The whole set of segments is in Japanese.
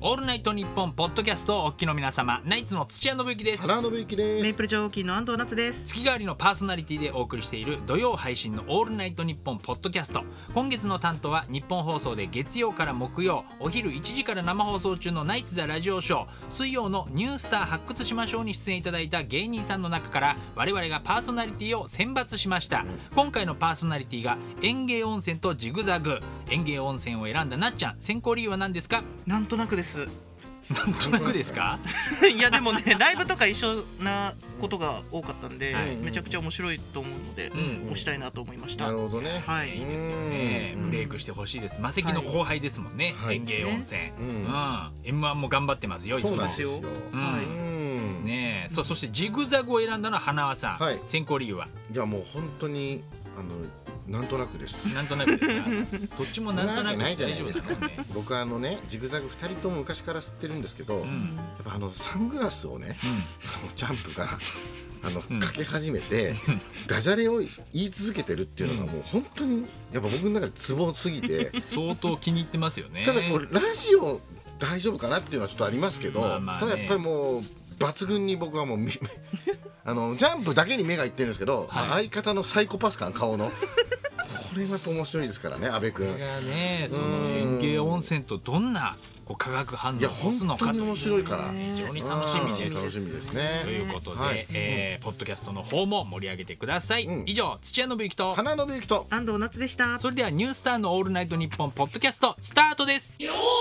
オールナイトニッポンポッドキャストをお聞きの皆様、ナイツの土屋信之です。 花信之です。 メイプル超合金の安藤夏です。 月替わりのパーソナリティでお送りしている土曜配信のオールナイトニッポンポッドキャスト。今月の担当は日本放送で月曜から木曜お昼1時から生放送中のナイツ・ザ・ラジオショー、水曜のニュースター発掘しましょうに出演いただいた芸人さんの中から我々がパーソナリティを選抜しました。今回のパーソナリティが園芸温泉とジグザグ。園芸温泉を選んだなっちゃん、選考理由は何ですか？ なんとなくです。 なんとなくですか？ いやでもね、ライブとか一緒なことが多かったんで、めちゃくちゃ面白いと思うので、推したいなと思いました。 なるほどね。 はい。 いいですよね。ブレイクしてほしいです。魔石の後輩ですもんね。園芸温泉。M1 も頑張ってますよ。いつも。 そうなんですよ。 ねえ、そしてジグザグを選んだのは花輪さん。選考理由は？ いやもう本当になんとなくです。 なんとなくですか？どっちもなんとなくないじゃないですか。僕ジグザグ2人とも昔から知ってるんですけど、やっぱサングラスをね、ジャンプがかけ始めてダジャレを言い続けてるっていうのがもう本当にやっぱ僕の中でツボすぎて相当気に入ってますよね。 ただこうラジオ大丈夫かなっていうのはちょっとありますけど、ただやっぱりもう抜群に僕はもうジャンプだけに目がいってるんですけど、相方のサイコパス感、顔のこれがやっぱ面白いですからね、阿部君。 これがね、その園芸温泉とどんな化学反応を起こすのか、 本当に面白いから非常に楽しみです。 楽しみですね。 ということで、ポッドキャストの方も盛り上げてください。以上、土屋信之と花信之と安藤夏でした。 それではニュースターのオールナイトニッポンポッドキャストスタートです。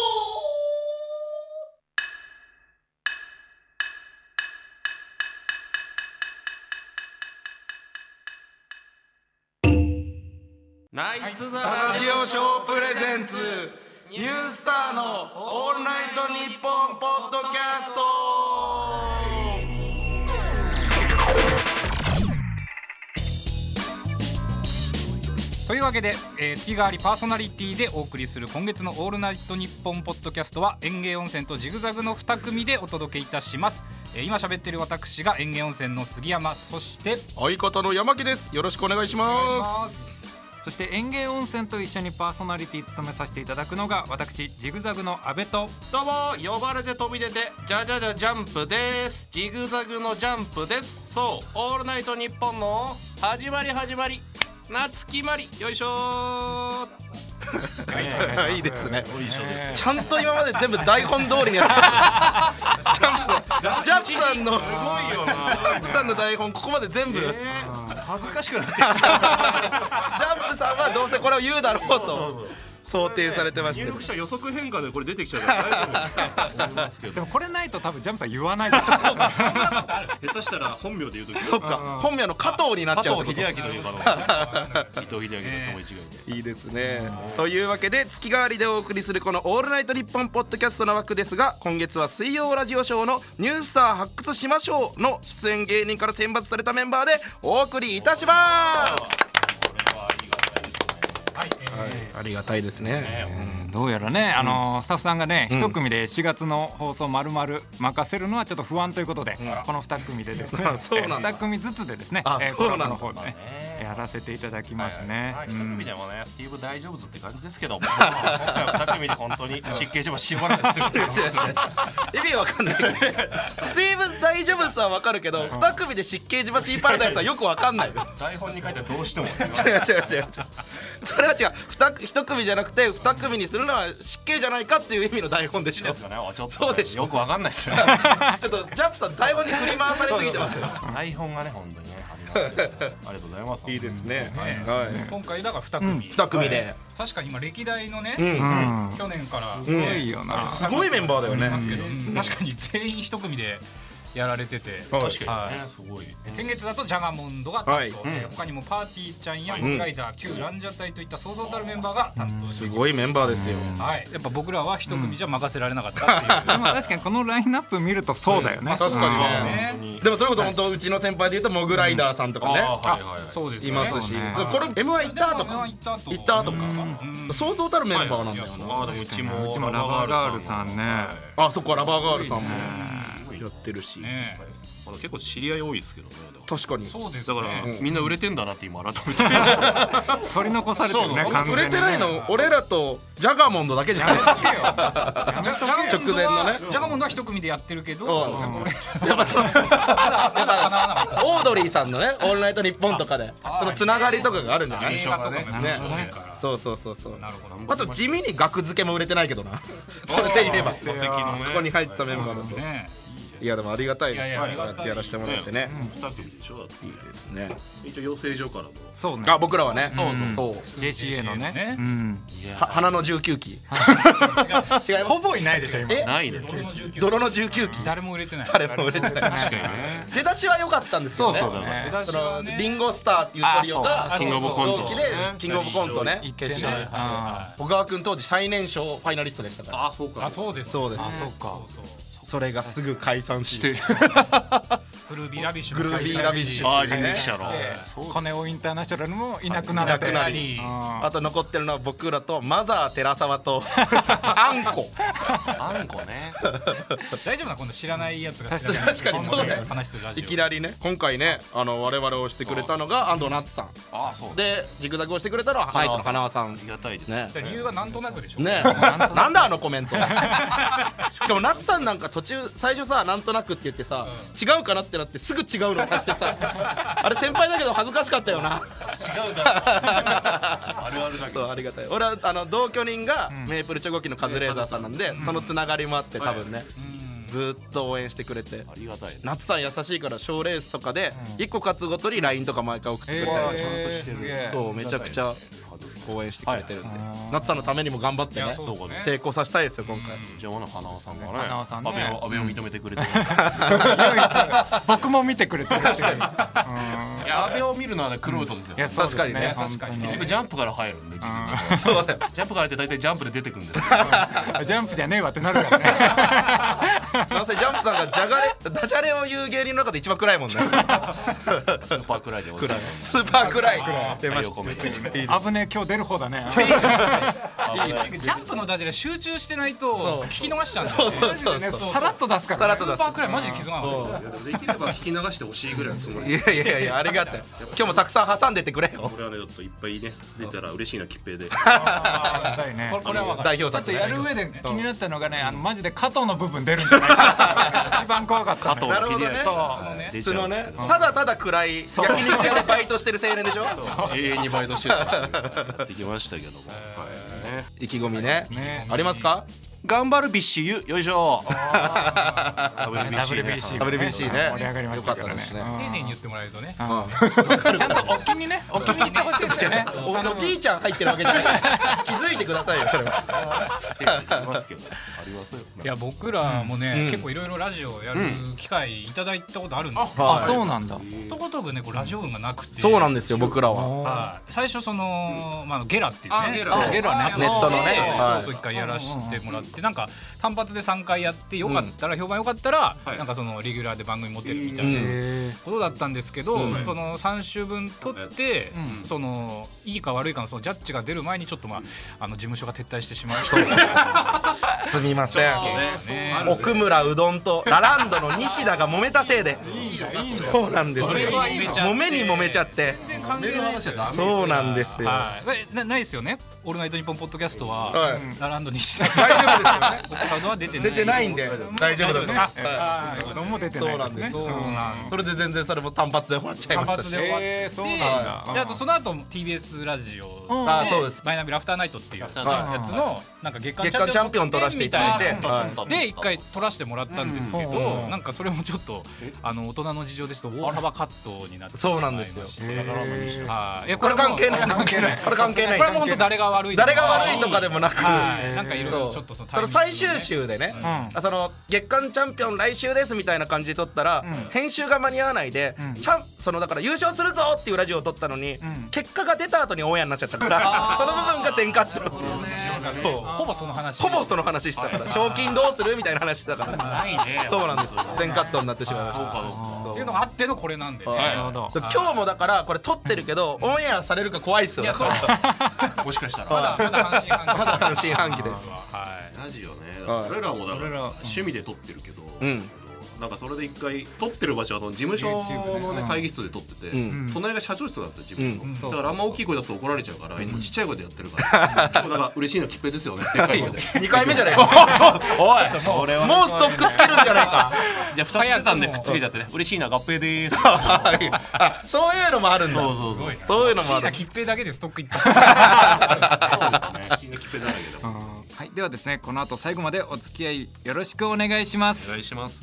ナイツ・ザ・ラジオショープレゼンツニュースターのオールナイトニッポンポッドキャスト。 というわけで、月替わりパーソナリティでお送りする今月のオールナイトニッポンポッドキャストは園芸温泉とジグザグの2組でお届けいたします。今喋っている私が園芸温泉の杉山、そして相方の山木です。よろしくお願いします。 そして園芸温泉と一緒にパーソナリティ務めさせていただくのが私ジグザグの阿部と、 どうも呼ばれて飛び出てジャジャジャジャンプです。ジグザグのジャンプです。そうオールナイトニッポンの始まり夏決まり、よいしょー。いいですね。ちゃんと今まで全部台本通りにやってジャンプさんのすごいよな。ジャンプさんの台本ここまで全部、恥ずかしくなってきた。ジャンプさんはどうせこれを言うだろうと想定されてまして、入力者予測変化でこれ出てきちゃうから大丈夫思いますけど。 でもこれないと多分ジャンプさん言わないです。下手したら本名で言うとき、そっか、本名の加藤になっちゃう。加藤秀明という可能性。伊藤秀明と友一概でいいですね。というわけで月替わりでお送りするこのオールナイトニッポンポッドキャストの枠ですが、今月は水曜ラジオショーのニュースター発掘しましょうの出演芸人から選抜されたメンバーでお送りいたします。ありがたいですね。 どうやらね、スタッフさんがね、一組で4月の放送丸々任せるのはちょっと不安ということで、この2組でですね、2組ずつでですね、コラボの方でねやらせていただきますね。 1組でもね、スティーブ大丈夫って感じですけども、今回は2組で本当に湿気島しばらく意味わかんない。スティーブ大丈夫さはわかるけど、2組で湿気島シーパラダイスはよくわかんない。台本に書いてどうしても違うそれは違う。1組じゃなくて2組にするのは湿気じゃないかっていう意味の台本でしょ。そうでしょ。よくわかんないですよ。ちょっとジャンプさん台本に振り回されすぎてますよ。台本がね、本当にね、ありがとうございます。いいですね。 今回だから2組で、確かに今歴代のね、去年からすごいよな、 すごいメンバーだよね。 確かに全員1組でやられてて、 確かにね、すごい。 先月だとジャガモンドが担当で、他にもパーティーちゃんやモグライダー、旧ランジャタイといったそうそうたるメンバーが担当して、 すごいメンバーですよ。 やっぱ僕らは1組じゃ任せられなかったっていう。 でも確かにこのラインナップ見るとそうだよね。 確かにね。でもそれこそ本当うちの先輩で言うとモグライダーさんとかね、 そうですいますし、これ M1 行ったとか行った後か、そうそうたるメンバーなんだよな。 うちもラバーガールさんね。 あ、そっか、ラバーガールさんもやってるし、 結構知り合い多いですけどね。 確かにそうですだからみんな売れてんだなって今改めて取り残されてるね。完全に売れてないの俺らとジャガモンドだけじゃないですか。直前のねジャガモンドは一組でやってるけど、 やっぱそうオードリーさんのね「オールナイトニッポン」とかでそのつながりとかがあるんじゃない？ 映画とかもね。 そうそうそうそう。 なるほど。 あと地味に額付けも売れてないけどな。そしていればこマセキのねこに入ってたメンバーだと。 ね。 いやでもありがたいです。 いやいやありがたいやらせてもらってね。 2組でしょ。だっていいですね。 一応養成所からのそうね。 あ僕らはね。そう。 JCA のねね。 花の19期。違います。 ほぼいないでしょ今。 ないね。 泥の19期。 誰も売れてない。 誰も売れてない。出だしは良かったんですよね。 そうそうだね。 そのリンゴスターっていうトリオがキングオブコント同期でキングオブコントね決勝。小川君当時最年少ファイナリストでしたから。 あそうか。 あそうです。 そうです。 あそっか。 それがすぐ解散してグルービーラビッシュ。 グルービーラビッシュ。 ああ人力車の。 コネオインターナショナルもいなくなって。 あと残ってるのは僕らとマザー寺沢とあんこ。 あんこね。 大丈夫な今度知らないやつが確かにそうだよ。 話するラジオ。 いきなりね今回ね我々をしてくれたのが安藤夏さん。 あそう。 でジグザグをしてくれたのはナイツの花輪さん。 ありがたいですね。 理由はなんとなくでしょ。 ねなんだあのコメント。しかも夏さんなんか途中最初さなんとなくって言ってさ違うかなってなってすぐ違うの足してさあれ先輩だけど恥ずかしかったよな。 違うからあるあるだけど。 そうありがたい。俺は同居人がメープルチョコキのカズレーザーさんなんでそのつながりもあって多分ねずっと応援してくれて。 ありがたい。 夏さん優しいから賞レースとかで1個勝つごとに LINE とか毎回送ってくれたりそうめちゃくちゃ応援してくれてるんで夏さんのためにも頑張ってね成功させたいですよ今回。 じゃあ花輪さんがね花輪さんね安倍を認めてくれて僕も見てくれてる。確かに。 いや安倍を見るのはねクロートですよ。 確かにね確かに。 僕ジャンプから入るんでそうだよ。 ジャンプから入って大体ジャンプで出てくるんです。 ジャンプじゃねえわってなるからね。 なんせジャンプさんがダジャレを言う芸人の中で一番暗いもんね。 スーパーくらいで暗いスーパー暗い出ました。 危ねえ今日出る方だね。 ジャンプのダジャレ集中してないと聞き逃しちゃうんだよね。 さらっと出すから。 さらっと出す。 スーパーくらいマジで気づかなかった。 できれば聞き流してほしいぐらいのつもり。 いやいやありがたい。今日もたくさん挟んでってくれよ。 俺はねちょっといっぱいね出たら嬉しいな吉平で。 これは分かる。 代表作ちょっとやる上で気になったのがねマジで加藤の部分出るんじゃないか。一番怖かった。 加藤のピリアそうそのねただただ暗い焼肉屋でバイトしてる青年でしょ。 永遠にバイトしてるからできましたけども。 意気込みねありますか？ 頑張るビッシュユよいしょ。 WBC ね WBC ね盛り上がりましたからね。 丁寧に言ってもらえるとね。 ちゃんとお気にねお気に入ってほしいですよね。 おじいちゃん入ってるわけじゃない気づいてくださいよそれは。 ありますけどありますよ。 いや僕らもね結構いろいろラジオやる機会いただいたことあるんですけあそうなんだ。 ことごとくねこうラジオ運がなくて。 そうなんですよ僕らは。 最初そのゲラっていうねゲラねネットのねそう一回やらせてもらってなんか単発で3回やってよかったら評判よかったらなんかそのレギュラーで番組持てるみたいなことだったんですけどその3週分撮ってそのいいか悪いかのそのジャッジが出る前にちょっと事務所が撤退してしまう。 すみません。奥村うどんとラランドの西田が揉めたせいで。そうなんですよ。揉めに揉めちゃって。そうなんですよ。 ないですよね。オールナイトニッポンポッドキャストはラランド西田大丈夫ですよね。 カードは出てないんで大丈夫です。 うどんも出てないですね。 それで全然それも単発で終わっちゃいましたし。 そうなんだ。 あとその後 TBS ラジオそうですマイナビラフターナイトっていうやつのなんか月間チャンピオン取らせていただいてで一回取らせてもらったんですけどなんかそれもちょっと大人の事情でちょっと大幅カットになってそうなんですよ。 これ関係ないそれ関係ない。 これも本当誰が悪いとかでもなくなんかいろいろちょっとその最終週でねその月間チャンピオン来週ですみたいな感じで撮ったら編集が間に合わないでそのだから優勝するぞっていうラジオを撮ったのに結果が出た後にオンエアになっちゃったからその部分が全カット。 ほぼその話したから賞金どうするみたいな話したからないね。 そうなんです全カットになってしまいましたっていうのがあってのこれなんで。 今日もだからこれ撮ってるけどオンエアされるか怖いっすよ。 もしかしたらまだ半信半疑でラジオね俺らもだから趣味で撮ってるけどなんかそれで一回撮ってる場所はその事務所のね会議室で撮ってて、隣が社長室なんですよ自分の、だからあんま大きい声出すと怒られちゃうからいつもちっちゃい声でやってるから、なんか嬉しいのきっぺですよねでかい声で 2回目じゃないかおいもうストックつけるんじゃないかじゃあ2つ出たんでくっつけちゃってね嬉しいな合併でーすそういうのもあるんだ。そういうのもある。 切符だけでストックいったはい、ではですねこの後最後までお付き合いよろしくお願いします。 お願いします。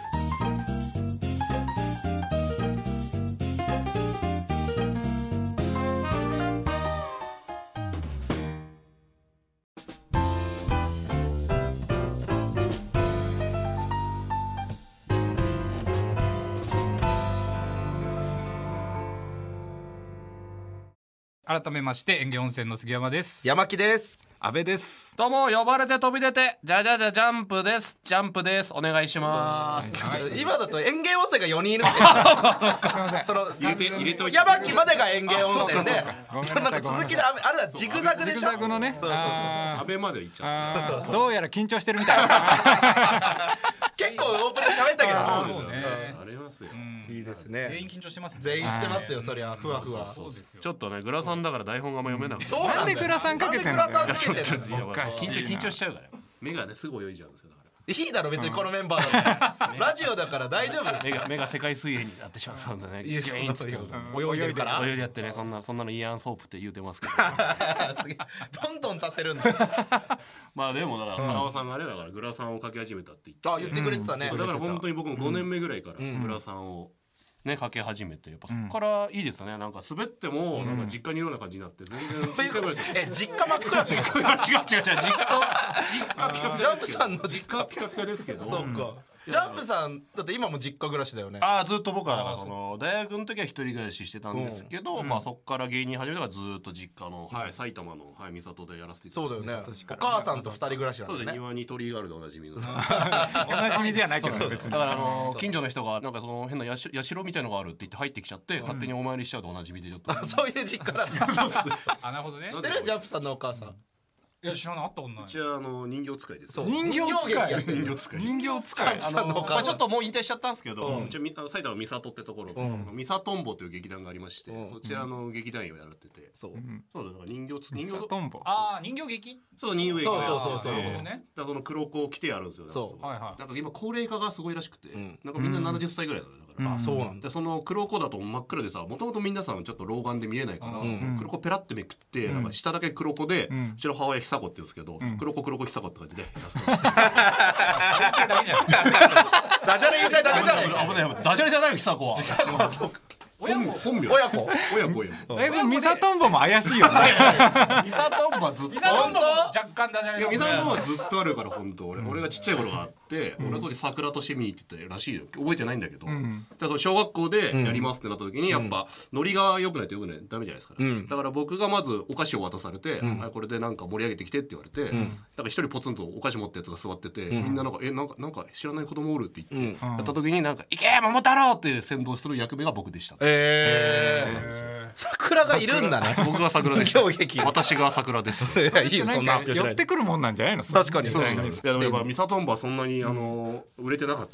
改めまして園芸温泉の杉山です。 山木です。 安倍です。 どうも呼ばれて飛び出てじゃじゃじゃジャンプです。ジャンプです。お願いします。 今だと園芸温泉が4人いるみたいな。その入れといて。 山木までが園芸温泉で、そのなんかごめんなさい続きであれだジグザグでしょ。 ジグザグのね。 阿部まで行っちゃう。どうやら緊張してるみたい。 結構オープニング喋ったけど。 そうですよね。ありますよ。 いいですね。 全員緊張してますね。 全員してますよ。そりゃふわふわ。 ちょっとねグラさんだから台本が読めなくて。 なんでグラサンかけてんの？ 緊張しちゃうから目がねすぐ泳いじゃうんですよ。だからいいだろ別にこのメンバーだラジオだから大丈夫です。 目が世界水泳になってしまうんだね。 いいです泳いでるから泳いでやってねそんなのイアンソープって言うてますけどどんどん足せるんだ。 まあでもだから花輪さんがねだからグラサンをかけ始めたって言ってくれてたね。 だから本当に僕も5年目ぐらいからグラサンをねかけ始めてやっぱそこからいいですね。なんか滑ってもなんか実家にいるような感じになって全然実家真っ暗って違う実家ピカピカジャンプさんの実家ピカピカですけど。 そうか。ジャンプさんだって今も実家暮らしだよね。 ああずっと僕はだからその大学の時は一人暮らししてたんですけど、まあそこから芸人始めたからずっと実家の埼玉の三郷でやらせていただいて。 そうだよね。お母さんと二人暮らしなんだね。 そうです。庭に鳥居があるでおなじみの。 おなじみではないけど別に。 だから近所の人がなんかその変な社みたいのがあるって言って入ってきちゃって勝手にお参りしちゃうとおなじみでちょっと。 そういう実家だ。 あなるほどね。 知ってるジャンプさんのお母さん。 いや知らなかったことない。 うちは人形使いです。 人形使い。 ちょっともう引退しちゃったんですけど、うちは埼玉三郷ってところ三郷とんぼという劇団がありまして、そちらの劇団員をやられてて、そうだから人形とんぼ。 ああ人形劇。 そう人形劇。 そうね。 だからその黒子を着てやるんですよ。 そうはいはい。 なんか今高齢化がすごいらしくて、なんかみんな70歳ぐらいなのだから。 あそうなんだ。 でその黒子だと真っ暗でさ、もともと皆さんちょっと老眼で見えないから黒子ペラってめくってなんか下だけ黒子で、うちの母親久子って言うんですけど、黒子久子って感じでダジャレ言いたいだけじゃない。 危ないダジャレじゃないよ久子は。本名親子ミサトンボも怪しいよね。 ミサトンボはずっと若干ダジャレ。 いやミサトンボはずっとあるから本当俺がちっちゃい頃があって俺は当時桜として見に行ってたらしいよ。覚えてないんだけど、その小学校でやりますってなった時にやっぱノリが良くないとよくないダメじゃないですか。だから僕がまずお菓子を渡されてこれでなんか盛り上げてきてって言われて、なんか一人ポツンとお菓子持ったやつが座っててみんななんかなんか知らない子供おるって言ってやった時になんか行け桃太郎って先導する役目が僕でした。 桜がいるんだね。 僕が桜です。私が桜です。 いやいいよそんな発表しない。 寄ってくるもんなんじゃないの。 確かに。いやでもやっぱミサトンボはそんなに売れてなかった。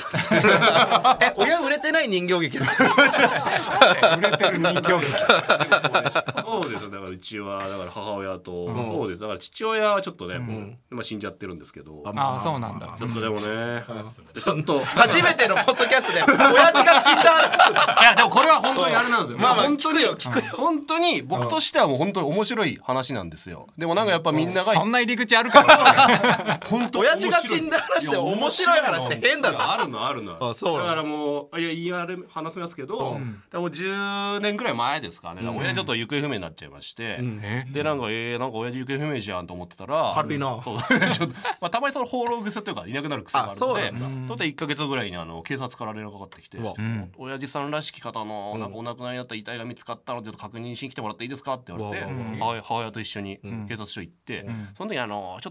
親売れてない人形劇だ。 売れてる人形劇。 そうですよ。だからうちはだから母親とそうです。だから父親はちょっとねもう今死んじゃってるんですけど。 ああそうなんだ。 ちょっとでもねちょっと初めてのポッドキャストで親父が死んだ話。 いやでもこれは本当にあれなんですよ。 まあ本当に本当に僕としてはもう本当に面白い話なんですよ。でもなんかやっぱみんながそんな入り口あるから本当親父が死んだ話で面白い話って変だぞ。 あるのだからもういや話せますけどもう10年ぐらい前ですかね。親ちょっと行方不明になっちゃいましてでなんかなんか親父行方不明じゃんと思ってたら軽いな。 たまにその放浪癖っていうかいなくなる癖があるのでとって1ヶ月ぐらいに警察から連絡かかってきて親父さんらしき方のなんかお亡くなりになった遺体が見つかったので確認しに来てもらっていいですかって言われて母親と一緒に警察署行ってその時ちょっともう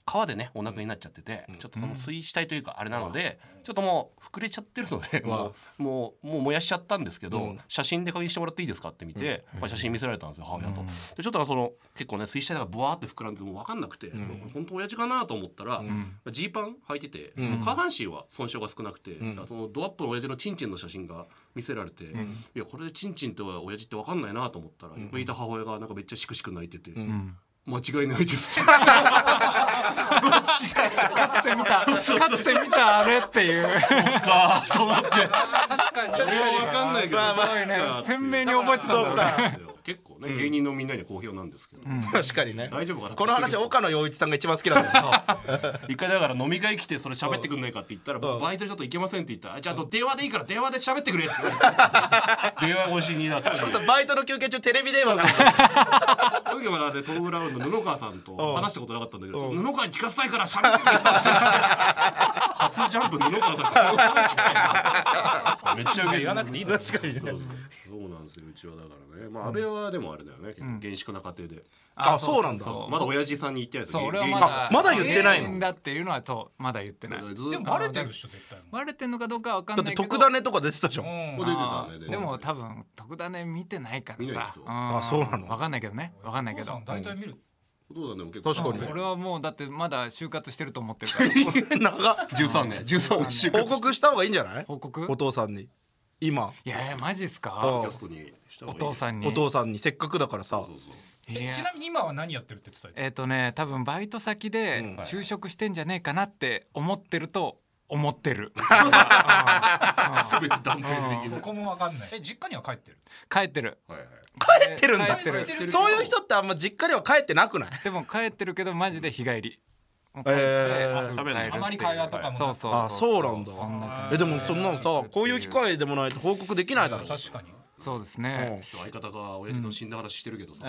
川でねお亡くなりになっちゃってて、ちょっとその水死体というかあれなので、ちょっともう膨れちゃってるので、もう燃やしちゃったんですけど、写真で確認してもらっていいですかって見て、写真見せられたんですよ、母親と。でちょっとその結構ね水死体がブワーって膨らんでもう分かんなくて、本当親父かなと思ったら、ジーパン履いてて、下半身は損傷が少なくて、そのドアップの親父のチンチンの写真が見せられて、いやこれでチンチンって親父って分かんないなと思ったら、横にいた母親がなんかめっちゃしくしく泣いてて、間違いないですって。 かつて見たあれっていう。 そうかと思って。 確かに俺は分かんないけど、 すごいね、鮮明に覚えてたんだね。 結構ね、芸人のみんなには好評なんですけど、 確かにね。 大丈夫かな。 この話岡野陽一さんが一番好きなんだよ。 一回だから飲み会来てそれ喋ってくんないかって言ったら、僕バイトでちょっと行けませんって言ったら、じゃあ電話でいいから電話で喋ってくれって電話越しになって、 バイトの休憩中テレビ電話がそういう時までトム・ブラウンの布川さんと話したことなかったんだけど、布川に聞かせたいから喋ってくれって初ジャンプ布川さんこの話かいめっちゃ言わなくていいの。 確かにね。 そうなんですよ、うちはだからね。まあ安倍はでもあれだよね、厳粛な家庭で。 あ、そうなんだ。 まだ親父さんに言ってないです。 そう、俺はまだ言ってないのだっていうのはまだ言ってない。 でもバレてるでしょ絶対。 バレてんのかどうかは分かんだってないけど。 特ダネとか出てたじゃん。 出てたね。 でも多分特ダネ見てないからさ。 あ、そうなの。 分かんないけどね。分かんないけど。 大体見る。 そうだね、結構確かに。 俺はもうだってまだ就活してると思ってるから。 長っ。 13年就活。 報告した方がいいんじゃない？ 報告？ お父さんに。今。 いやマジっすか？ キャストにお父さんに。 お父さんにせっかくだからさ。 ちなみに今は何やってるって伝えて。 多分バイト先で就職してんじゃねえかなって思ってると思ってる。 全て断片的そこも分かんない。実家には帰ってる？ 帰ってる。 帰ってるんだ。 帰ってる。 そういう人ってあんま実家には帰ってなくない？ でも帰ってるけどマジで日帰り。 あまり会話とかも。 そうそう。 あ、そうなんだ。でもそんなのさ、こういう機会でもないと報告できないだろ。 確かに。 そうですね。 相方が親父の死んだ話してるけどさ。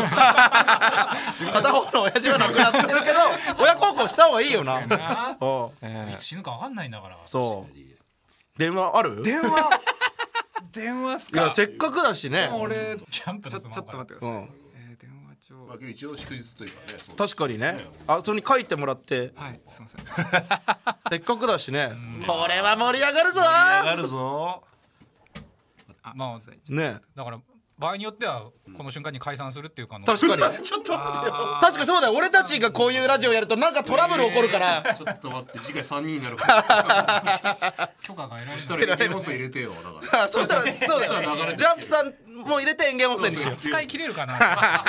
片方の親父は亡くなってるけど、親孝行した方がいいよな。 いつ死ぬか分かんないんだから。 そう。電話ある？ 電話っすか？ いやせっかくだしね。 俺ジャンプのちょっと待ってください。電話帳。 まあ一応祝日というかね。 確かにね。あ、それに書いてもらって。 はい、すみません。 せっかくだしね。これは盛り上がるぞ。 盛り上がるぞ。 まあね。 だから場合によってはこの瞬間に解散するっていう可能性。確かに。ちょっと待ってよ。確かにそうだよ。俺たちがこういうラジオやるとなんかトラブル起こるから。 ちょっと待って、次回3人になるから。 許可が得られない。 そしたら園芸温泉入れてよ。だから。 そうしたらそうだよ。ジャンプさんもう入れて園芸温泉にしよう。 使い切れるかな。 違う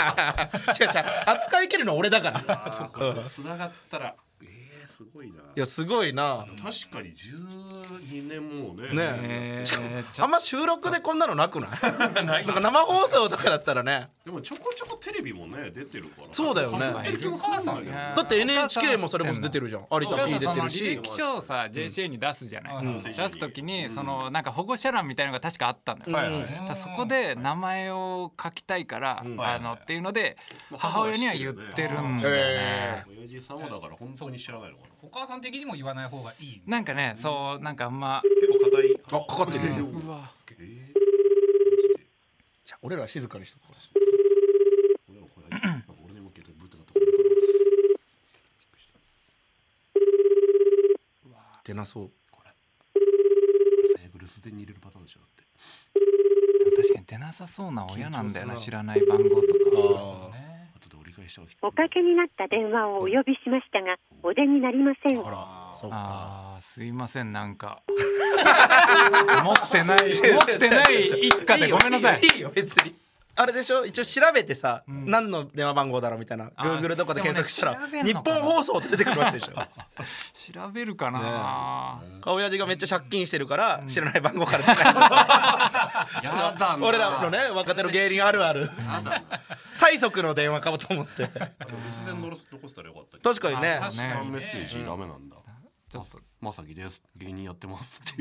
扱い切るのは俺だから。 そっか。繋がったら。すごいな。いやすごいな。 確かに12年もうね。 ね。あんま収録でこんなのなくない？なんか生放送とかだったらね。 でもちょこちょこテレビもね出てるから。 そうだよね。だって NHK もそれも出てるじゃん。有田 P 出てるし。 履歴書をさ JCA に出すじゃない。出すときにそのなんか保護者欄みたいなのが確かあったんだよ。そこで名前を書きたいからっていうので母親には言ってるんだよね。 親父さんはだから本当に知らないのかな。 お母さん的にも言わない方がいい。 なんかね、そうなんかあんま結構硬い。 あ、かかってる。 うわ。 じゃあ俺ら静かにしとこう。 俺に向けてブートがところ出なそう。 これ。最後留守電に入れるパターンでしょって。 確かに出なさそうな親なんだよな、知らない番号とか。 おかけになった電話をお呼びしましたがお出になりません。 すいません、なんか持ってない一家でごめんなさい。 いいよ別に。あれでしょ、一応調べてさ、何の電話番号だろうみたいな Google とかで検索したら日本放送って出てくるわけでしょ。 調べるかな。 親父がめっちゃ借金してるから知らない番号から出ない。 やだな。 俺らのね若手の芸人あるある。最速の電話かもと思って。 留守電残したらよかった。 確かにね。 メッセージダメなんだ。ちょっとまさきです芸人やってますっていう。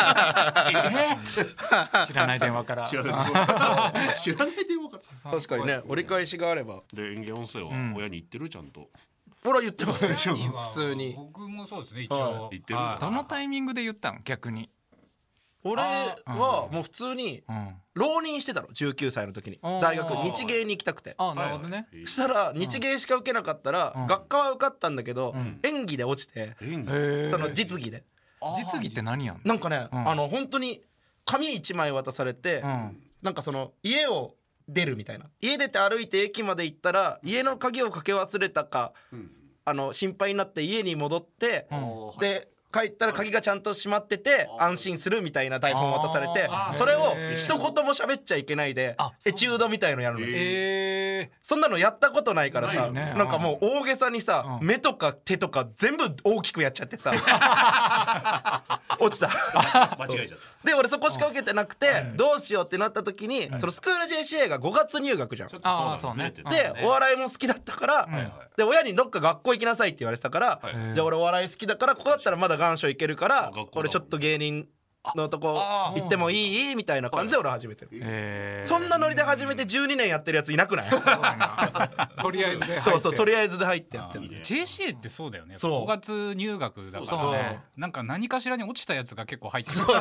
知らない電話から。 知らない電話から。 確かにね、折り返しがあれば。 で園芸音声は親に言ってるちゃんと。 ほら言ってますでしょ。普通に。 僕もそうですね、一応言ってる。 どのタイミングで言ったの逆に。 俺はもう普通に浪人してたの19歳の時に大学日芸に行きたくて。 なるほどね。 そしたら日芸しか受けなかったら学科は受かったんだけど演技で落ちて、その実技で。 実技って何やん？ なんかね本当に紙1枚渡されて、なんかその家を出るみたいな、家出て歩いて駅まで行ったら家の鍵をかけ忘れたか心配になって家に戻って、で帰ったら鍵がちゃんと閉まってて安心するみたいな台本を渡されて、それを一言も喋っちゃいけないでエチュードみたいのやるの。そんなのやったことないからさ、なんかもう大げさにさ目とか手とか全部大きくやっちゃってさ落ちた。 間違えちゃった。 で俺そこしか受けてなくてどうしようってなった時に、そのスクール JCA が5月入学じゃん。 そうね。 でお笑いも好きだったから、で親にどっか学校行きなさいって言われてたから、じゃあ俺お笑い好きだからここだったらまだ願書いけるから俺ちょっと芸人のとこ行ってもいいみたいな感じで俺始めてる。そんなノリで始めて12年やってるやついなくない？ とりあえずでそうとりあえずで入ってやってる。 JCA ってそうだよね。5月入学だからね、なんか何かしらに落ちたやつが結構入ってる。 そう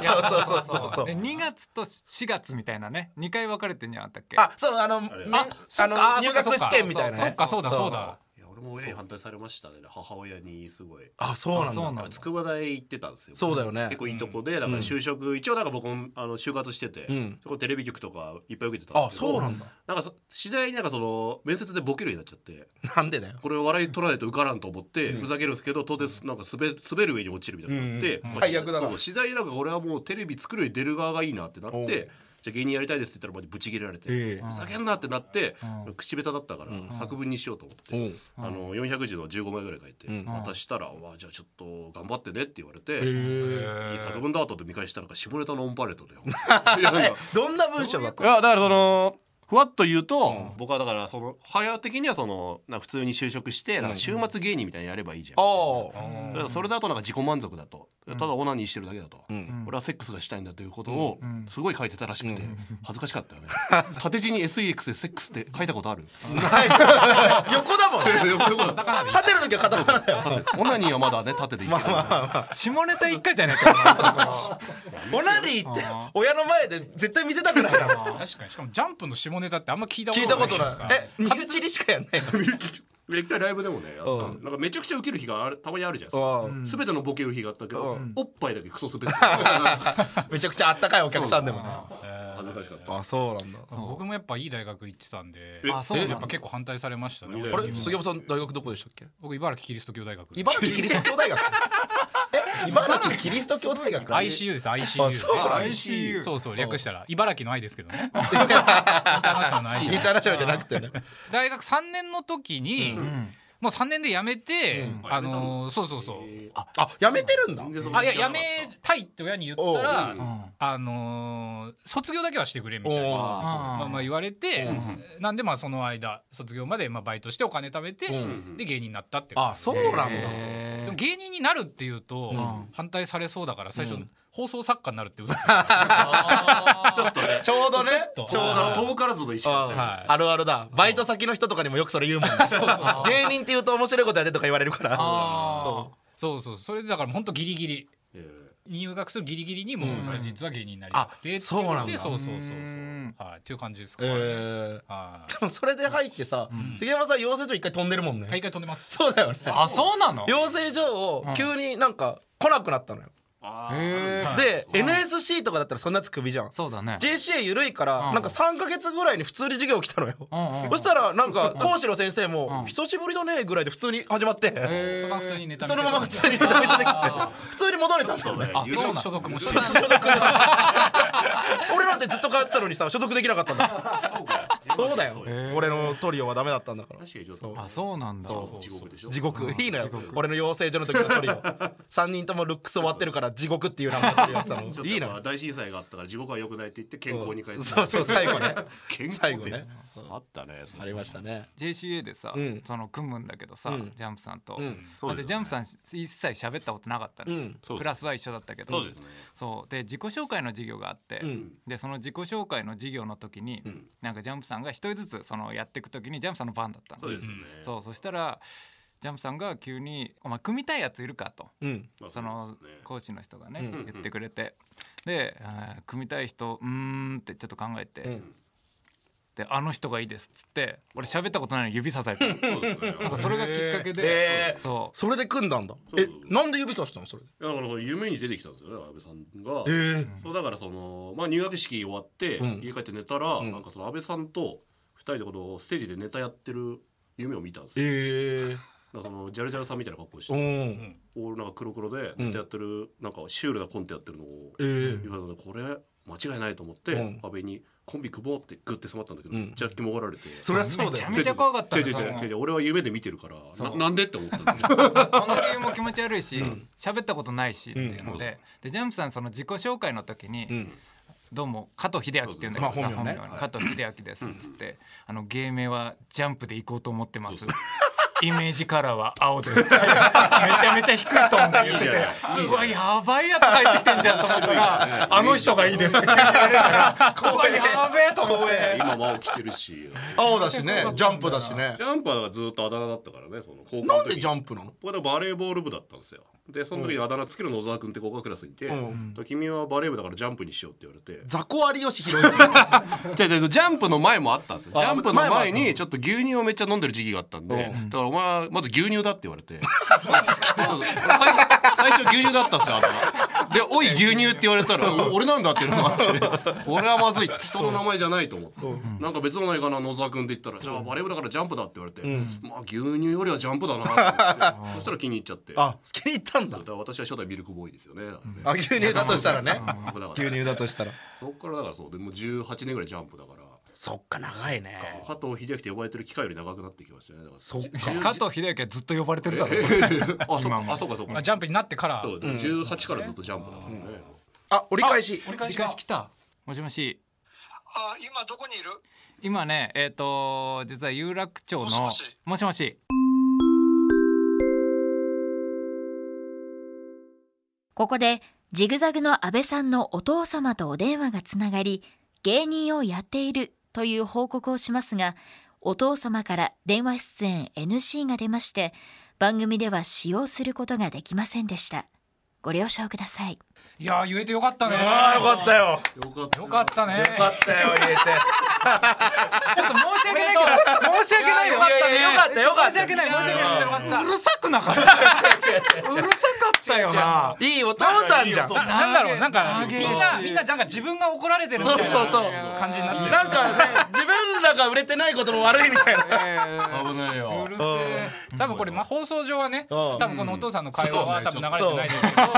2月と4月みたいなね、2回分かれてんじゃなかったっけ？ そう入学試験みたいなね。 そっかそうだ。 俺も親に反対されましたね。母親にすごい。 そうなんだ。 筑波大行ってたんですよ。 そうだよね。 結構いいとこで、だから就職一応なんか僕も就活してて、そこテレビ局とかいっぱい受けてたんですけど、 そうなんだ。 なんか次第になんかその面接でボケるようになっちゃって、 なんでだよ。 これ笑い取らないと受からんと思ってふざけるんですけど、当然なんか滑る上に落ちるみたいになって、 最悪だな。 次第になんか俺はもうテレビ作るより出る側がいいなってなって。じゃあ芸人やりたいですって言ったらブチ切れられて、ふざけんなってなって、口下手だったから作文にしようと思って400字の15枚ぐらい書いて渡したら、じゃあちょっと頑張ってねって言われて、いい作文だと見返したら下ネタのオンパレードだよ。 どんな文章だった？ いやだからそのふわっと言うと、僕はだからその母親的にはその普通に就職してなんか週末芸人みたいにやればいいじゃん。だからそれだとなんか自己満足だと、ただオナニーしてるだけだと、俺はセックスがしたいんだということをすごい書いてたらしくて恥ずかしかったよね。縦字に SEX でセックスって書いたことある？ ない。横だもん。縦の時はカタカナだよ。 オナニーはまだね縦でいける。 下ネタ一回じゃねえか。 オナニーって親の前で絶対見せたくないだろ。 確かに。しかもジャンプの下ネタってあんま聞いたことない。 身内にしかやんないの？ 一回ライブでもね、なんかめちゃくちゃウケる日がたまにあるじゃん。全てのボケる日があったけど、おっぱいだけクソ滑ってめちゃくちゃあったかいお客さんでもね。 恥ずかしかった。 そうなんだ。 僕もやっぱいい大学行ってたんで、やっぱ結構反対されましたね。 あれ杉山さん大学どこでしたっけ？ 僕茨城キリスト教大学。 茨城キリスト教大学？茨城キリスト教大学？ ICU です。ICU。そう略したら茨城の愛ですけどね。インターナショナルじゃなくてね。 大学3年の時にもう3年で辞めて、そう辞めてるんだ。 いや辞めたいって親に言ったら、卒業だけはしてくれみたいな言われて、なんでその間卒業までバイトしてお金貯めて、で芸人になったって。 そうなんだ。 でも芸人になるっていうと反対されそうだから最初放送作家になるって嘘。ちょっとね。ちょうどね。 遠からずの意識ですよ。 あるあるだ。バイト先の人とかにもよくそれ言うもん。芸人って言うと面白いことやでとか言われるから。 それでだから本当ギリギリ入学するギリギリにも実は芸人になりたくてって言ってそうっていう感じですかね。 でもそれで入ってさ、杉山さん養成所一回飛んでるもんね。 一回飛んでます。 そうだよね。 そうなの？ 養成所を急になんか来なくなったのよ。で NSC とかだったらそんなやつクビじゃん。 そうだね。 JCA 緩いからなんか3ヶ月ぐらいに普通に授業来たのよ。そしたらなんか講師の先生も久しぶりだねぐらいで普通に始まって、そのまま普通にネタ見せできて普通に戻れたんですよね。 所属もして俺なんてずっと通ってたのにさ所属できなかったんだ。そうだよ。俺のトリオはダメだったんだから。 そうなんだ。 地獄いいのよ。俺の養成所の時のトリオ3人ともルックス終わってるから地獄っていう名前でやってたの。いいの。 大震災があったから地獄は良くないって言って健康に帰って。 そう最後ね。 最後ね。あったね。 ありましたね。 JCA でさその組むんだけどさジャンプさんとでジャンプさん一切喋ったことなかったね。クラスは一緒だったけど。そうで自己紹介の授業があってでその自己紹介の授業の時になんかジャンプさんが一人ずつそのやっていく時にジャンプさんの番だったの。そうそしたらジャンプさんが急に「お前組みたいやついるか?」と、その講師の人がね、言ってくれて、で組みたい人ってちょっと考えて、であの人がいいですっつって俺喋ったことないのに指さされたなんかそれがきっかけで、 それで組んだんだ。なんで指さしたのそれで。 だから夢に出てきたんですよね安倍さんが。そうだからその入学式終わって家帰って寝たら、なんかその安倍さんと2人でこのステージでネタやってる夢を見たんですよ。なんかそのジャルジャルさんみたいな格好して、俺なんか黒黒でネタやってる、なんかシュールなコントやってるのを言われたので、これ間違いないと思って安倍にコンビ組もうってグッて迫ったんだけど、ジャッキもおられて、 それはそうだよ、めちゃめちゃ怖かったね。俺は夢で見てるからなんでって思ったんだけどこの理由も気持ち悪いし喋ったことないしっていうので、ジャンプさんその自己紹介の時にどうも加藤秀明っていうんだけどさ、本名加藤秀明ですっつって、芸名はジャンプで行こうと思ってますイメージカラーは青ですめちゃめちゃ低いトーンで言ってて、うわやばいやつ入ってきてんじゃんと思ったらあの人がいいですって言われたからうわやべえと思って今も青着てるし青だしね、ジャンプだしね。 ジャンプはずっとあだ名だったからね。その高校なんでジャンプなの？ 僕はバレーボール部だったんですよ。でその時にあだ名つける野沢君って高校クラスにいて、君はバレー部だからジャンプにしようって言われて、 ザコ有吉弘行ジャンプの前もあったんですよ。ジャンプの前にちょっと牛乳をめっちゃ飲んでる時期があったんで、だからお前まず牛乳だって言われて最初牛乳だったんですよあだ名で、おい牛乳って言われたら俺なんだっていうのがあってこれはまずい、人の名前じゃないと思って、なんか別のないかな野沢君って言ったら、じゃあバレー部だからジャンプだって言われて、まあ牛乳よりはジャンプだなと思ってそしたら気に入っちゃって、 気に入ったんだ。 だから私は初代ミルクボーイですよね。 牛乳だとしたらね牛乳だとしたらそっからだからそうでもう18年ぐらいジャンプだから、 そっか長いね。 加藤秀明って呼ばれてる機会より長くなってきましたね。だからそっ加藤秀明はずっと呼ばれてるだろあそうかジャンプになってからそう18からずっとジャンプだからね。 折り返し来た。もしもし。 今どこにいる？ 今ね実は有楽町のもしもし。 ここでジグザグの安倍さんのお父様とお電話がつながり、芸人をやっているという報告をしますが、お父様から電話出演 NG が出まして、番組では使用することができませんでした。ご了承ください。 いや言えてよかったね。 よかったよ。 よかったね。 よかったよ言えて。 ちょっと申し訳ないけど申し訳ないよ。 よかったよかった。 申し訳ない。うるさくなかった。うるさかったよな。 いいお父さんじゃん。 なんだろう、なんかみんななんか自分が怒られてるみたいな感じになってる。 なんかね自分らが売れてないことも悪いみたいな。 危ないよ。 うるせえ。多分これ放送上はね、多分このお父さんの会話は多分流れてないですけど、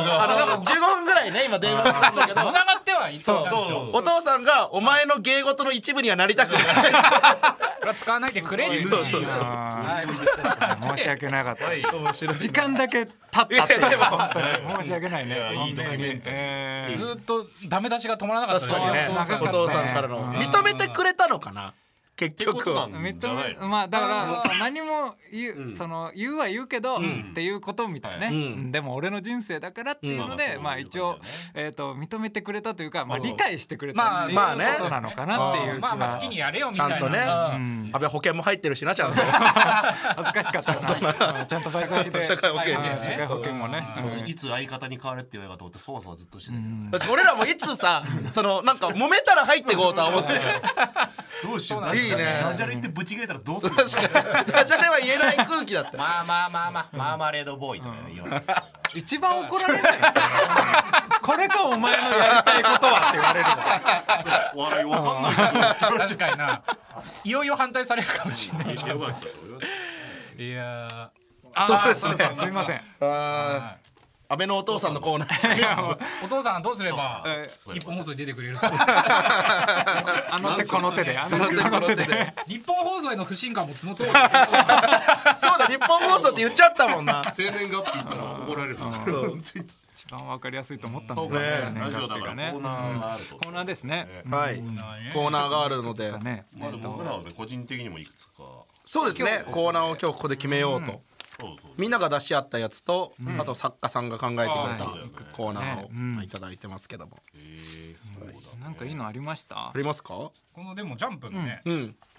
15分ぐらいね今電話してたんだけど、 繋がってはいそう。 お父さんがお前の芸事の一部にはなりたくない。 これは使わないでくれって言う。 申し訳なかった。時間だけ経ったって本当に申し訳ないね。 ずっとダメ出しが止まらなかった確かにね。お父さんからの認めてくれたのかな。結局はまあだから何も言うは言うけどっていうことみたいね。でも俺の人生だからっていうのでまあ一応認めてくれたというかまあ理解してくれたっていうことなのかなっていう。 まあ好きにやれよみたいな。 ちゃんとね安倍保険も入ってるしなちゃんと。 恥ずかしかったな。ちゃんとバイトで社会保険社会保険もね。 いつ相方に変われって言われたと思ってそわそわずっとしてたけど。 俺らもいつさなんか揉めたら入ってこうとは思って。 どうしよう。 いいね。 ダジャレ言ってブチ切れたらどうする？ ダジャレは言えない空気だった。 マーマレードボーイとかね。 一番怒られない。これかお前のやりたいことはって言われるわ。 笑いわかんない。 確かにな。いよいよ反対されるかもしれない。いやそうですね。すみません。 安倍のお父さんのコーナー。 お父さんどうすれば日本放送に出てくれるか。 あの手この手で。 日本放送への不信感も募ってる。 そうだ日本放送って言っちゃったもんな。 生年月日言ったら怒られる。 一番わかりやすいと思ったんだよね。 ラジオだからコーナーがあると。 コーナーですね。 はいコーナーがあるので。 まあ僕らはね個人的にもいくつか。 そうですねコーナーを今日ここで決めようと。みんなが出し合ったやつとあと作家さんが考えてくれたコーナーをいただいてますけども。 なんかいいのありました？ ありますか？ このでもジャンプのね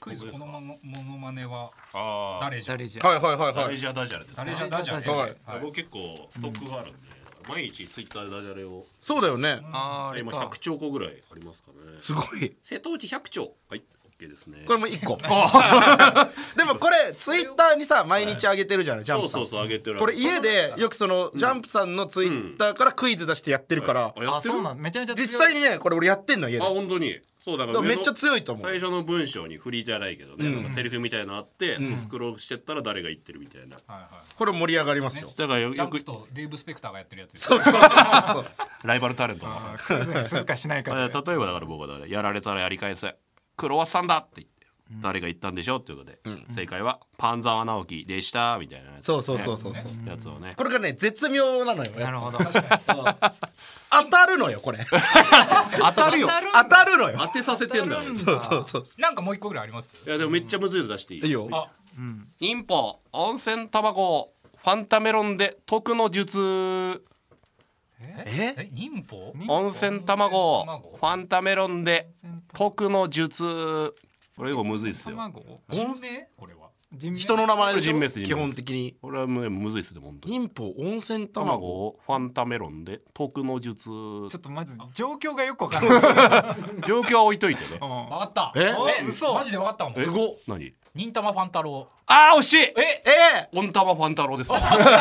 クイズこのモノマネは誰じゃはいはいはい誰じゃダジャレです誰じゃダジャレはい僕結構ストックがあるんで毎日ツイッターでダジャレをそうだよね今100兆個ぐらいありますかねすごい瀬戸内100兆はいですね、 これも1個でもこれツイッターにさ毎日上げてるじゃないジャンプさんそう上げてるこれ家でよくそのジャンプさんのツイッターからクイズ出してやってるからそうなんめちゃめちゃ実際にねこれ俺やってんの家で本当にそうだからめっちゃ強いと思う最初の文章に振りじゃないけどねなんかセリフみたいなのあってスクロールしてったら誰が言ってるみたいなこれ盛り上がりますよだからジャンプとデーブ・スペクターがやってるやつそうライバルタレントするかしないか例えばだから僕はやられたらやり返せクロワッサンだって言って誰が言ったんでしょっていうことで正解はパンザワ直樹でしたみたいなやつそうやつをねこれがね絶妙なのよなるほど当たるのよこれ当たるよ当たるのよ当てさせてんだよそうなんかもう一個ぐらいありますいやでもめっちゃむずいの出していいいいよインポ温泉卵ファンタメロンで得の術忍法温泉卵ファンタメロンで得の術これ結構むずいっすよ人名これは人の名前でしょ人名です基本的にこれはむずいっすね本当に忍法温泉卵卵をファンタメロンで得の術ちょっとまず状況がよくわかんない状況は置いといてね分かった嘘マジで分かったもんすごっ何忍たまファン太郎惜しい温玉ファン太郎ですわ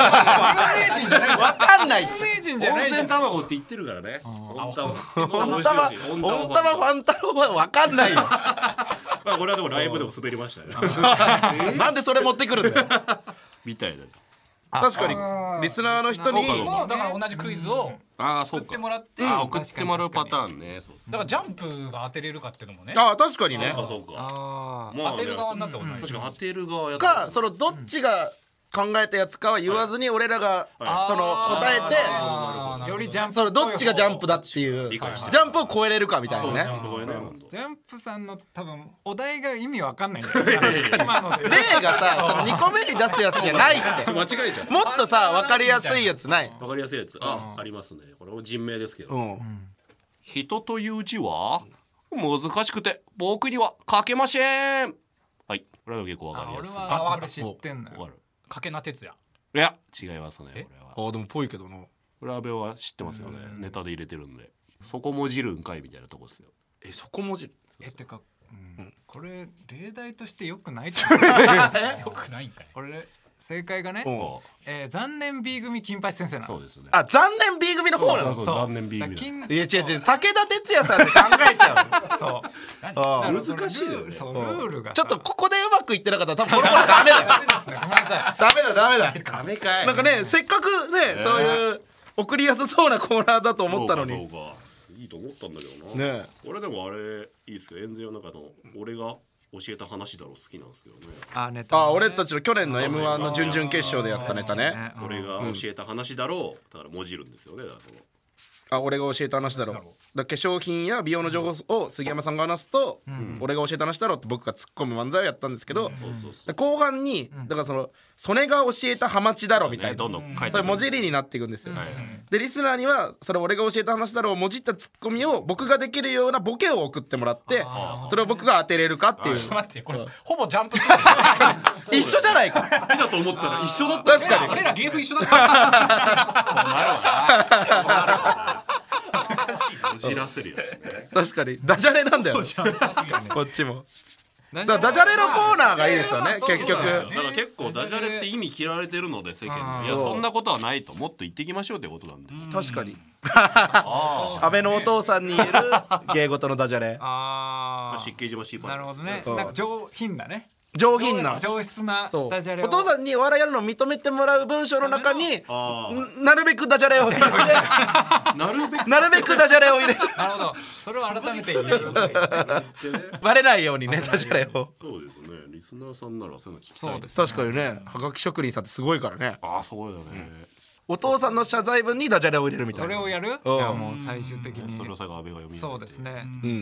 かんない有名人じゃ温ないじゃん泉卵って言ってるからね温玉温玉ファン太郎はわかんないよまあこれはでもライブでも滑りましたねなんでそれ持ってくるんだよみたいだ確かにリスナーの人にもうだから同じクイズを送ってもらって送ってもらうパターンねだからジャンプが当てれるかっていうのもね確かにねそうか当てる側になったことない確かに当てる側やかそのどっちが考えたやつかは言わずに俺らがその答えてよりジャンプそのどっちがジャンプだっていうジャンプを超えれるかみたいなねジャンプさんの多分お題が意味わかんないんだよね今ので例がさその2個目に出すやつじゃないって間違えちゃうもっとさ分かりやすいやつないわかりやすいやつありますねこれも人名ですけど人という字は難しくて僕には書けませんはいこれは結構わかりやすい俺知ってんのよ掛名哲也いや違いますねこれはでもぽいけどなこれ阿部は知ってますよねネタで入れてるんでそこもじるんかいみたいなとこですよそこもじるてかこれ例題としてよくないよくないんかいこれ正解がね残念 B 組金八先生なのそうですね残念 B 組の方なの残念 B 組いや違う武田鉄矢さんで考えちゃうそう難しいよねルールがちょっとここでうまくいってなかったら多分これもダメだよダメだダメかいなんかねせっかくねそういう送りやすそうなコーナーだと思ったのにそうかいいと思ったんだけどなね俺でもあれいいですけど、エンゼルの中の俺が教えた話だろ好きなんですけどね。 ネタね、 俺たちの去年の M1 の準々決勝でやったネタね。 俺が教えた話だろう、だからもじるんですよね。だからその俺が教えた話だろう。だ化粧品や美容の情報を杉山さんが話すと、俺が教えた話だろうって僕が突っ込む漫才をやったんですけど、後半にだからその曽根が教えたハマチだろみたいな、 どんどん書いてそれ文字りになっていくんですよ。でリスナーにはそれ俺が教えた話だろうをもじったツッコミを僕ができるようなボケを送ってもらって、それを僕が当てれるかっていう。 ちょっと待ってこれほぼジャンプ一緒じゃないか。 好きだと思ったら一緒だった。 確かに俺ら芸風一緒だったそうなるわもじらせるよね。 確かにダジャレなんだよこっちも。だからダジャレのコーナーがいいですよね結局。 だから結構ダジャレって意味嫌われてるので世間で、いやそんなことはないともっと言っていきましょうってことなんで。 確かに安倍のお父さんに言える芸事のダジャレ。 湿気島シーパー。 なるほどね。なんか上品なね。 上品な上質なダジャレをお父さんにお笑いやるのを認めてもらう文章の中になるべくダジャレを入れてなるべくダジャレを入れる。 なるほど。それを改めて言うバレないようにねダジャレを。 そうですね。リスナーさんならそういうの聞きたい。 そうです。確かにねはがき職人さんってすごいからね。 そうだね。 お父さんの謝罪文にダジャレを入れるみたいな。 それをやる。いやもう最終的にそれを最後安倍が読み。 そうですね。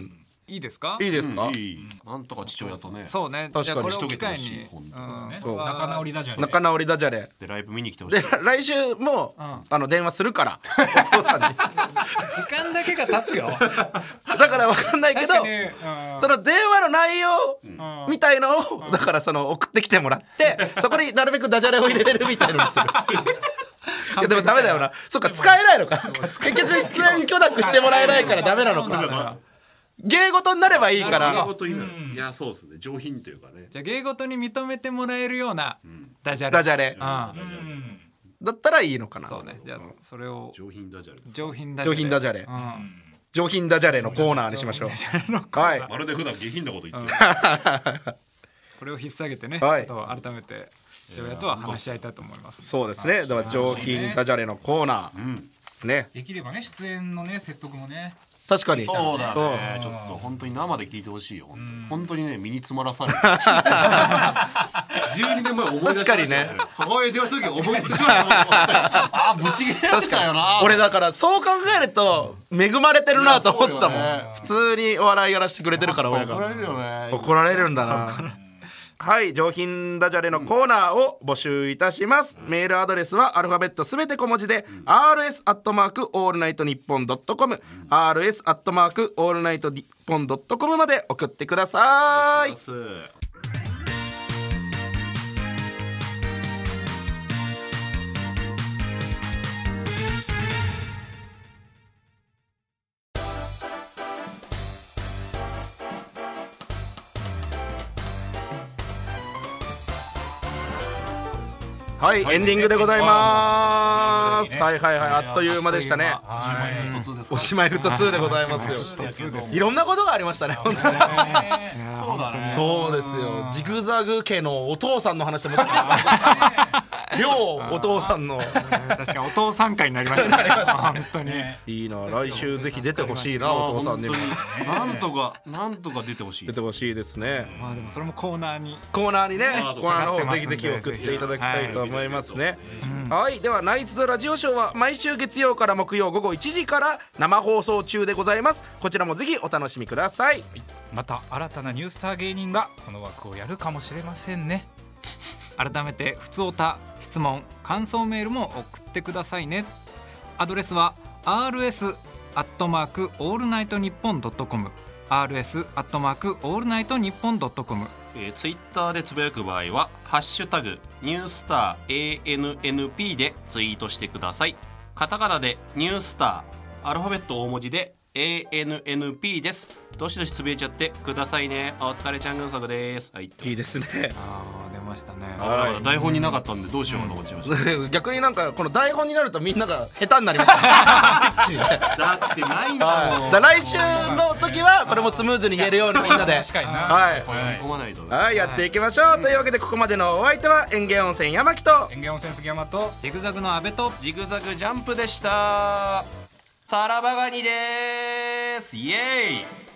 いいですか？ いいですか？ なんとか父親とね。 そうね。 確かにこれを機会にそう仲直りダジャレ。 仲直りダジャレでライブ見に来てほしい。 で来週も電話するからお父さんに。 時間だけが経つよ。 だから分かんないけど、その電話の内容みたいのをだからその送ってきてもらってそこになるべくダジャレを入れれるみたいのにする。いやでもダメだよな。そっか使えないのか。結局出演許諾してもらえないからダメなのか。芸事になればいいから。 芸事になる。いやそうですね。上品というかね。 じゃあ芸事に認めてもらえるようなダジャレ。 ダジャレ。だったらいいのかな。 そうね。じゃあそれを上品ダジャレ。 上品ダジャレ。上品ダジャレのコーナーにしましょう。はい。 まるで普段下品なこと言ってる。 これを引っ提げてね。改めて父親とは話し合いたいと思います。 そうですね。では上品ダジャレのコーナーね。 できればね出演のね説得もね。 確かにそうだね。ちょっと本当に生で聞いてほしいよ。本当にね身につまらされる。12年前思い出しました。確かにね。母親電話するけど思い出しました。あぶち切れだったよな。 俺だからそう考えると恵まれてるなと思ったもん。普通にお笑いやらせてくれてるから親が。 怒られるよね。 怒られるんだな。はい、上品ダジャレのコーナーを募集いたします。メールアドレスはアルファベットすべて小文字で rs@allnightnippon.com rs@allnightnippon.com まで送ってください。はい、エンディングでございます。はいはいはい、あっという間でしたね。おしまいフット2でございますよ。いろんなことがありましたね。本当に。そうだね。 そうですよ。ジグザグ家のお父さんの話も聞きました。両お父さんの確かにお父さん会になりましたね。本当にいいな。来週ぜひ出てほしいな、お父さんにも。 なんとか出てほしい。 出てほしいですね。 まあでもそれもコーナーにね、コーナーの方ぜひぜひ送っていただきたいと思いますね。はい、ではナイツザラジオショーは毎週月曜から木曜午後1時から生放送中でございます。こちらもぜひお楽しみください。 また新たなニュースター芸人がこの枠をやるかもしれませんね。 改めてふつおた、質問、感想メールも送ってくださいね。アドレスは rs@allnightnippon.com rs@allnightnippon.com。 ツイッターでつぶやく場合はハッシュタグニュースター ANNP でツイートしてください。カタカナでニュースター、アルファベット大文字で ANNP です。どしどしつぶやいちゃってくださいね。お疲れちゃん軍作です。はい、 いいですね。 出ましたね。 台本になかったんでどうしようかと思っちゃいました。 逆になんかこの台本になるとみんなが下手になります。 だってないんだもん。 来週の時はこれもスムーズに言えるようにみんなで確かにな。 はい、 込まないと。 はい、やっていきましょう。というわけでここまでのお相手は園芸温泉山木と園芸温泉杉山とジグザグの阿部とジグザグジャンプでした。さらばガニです。イエーイ。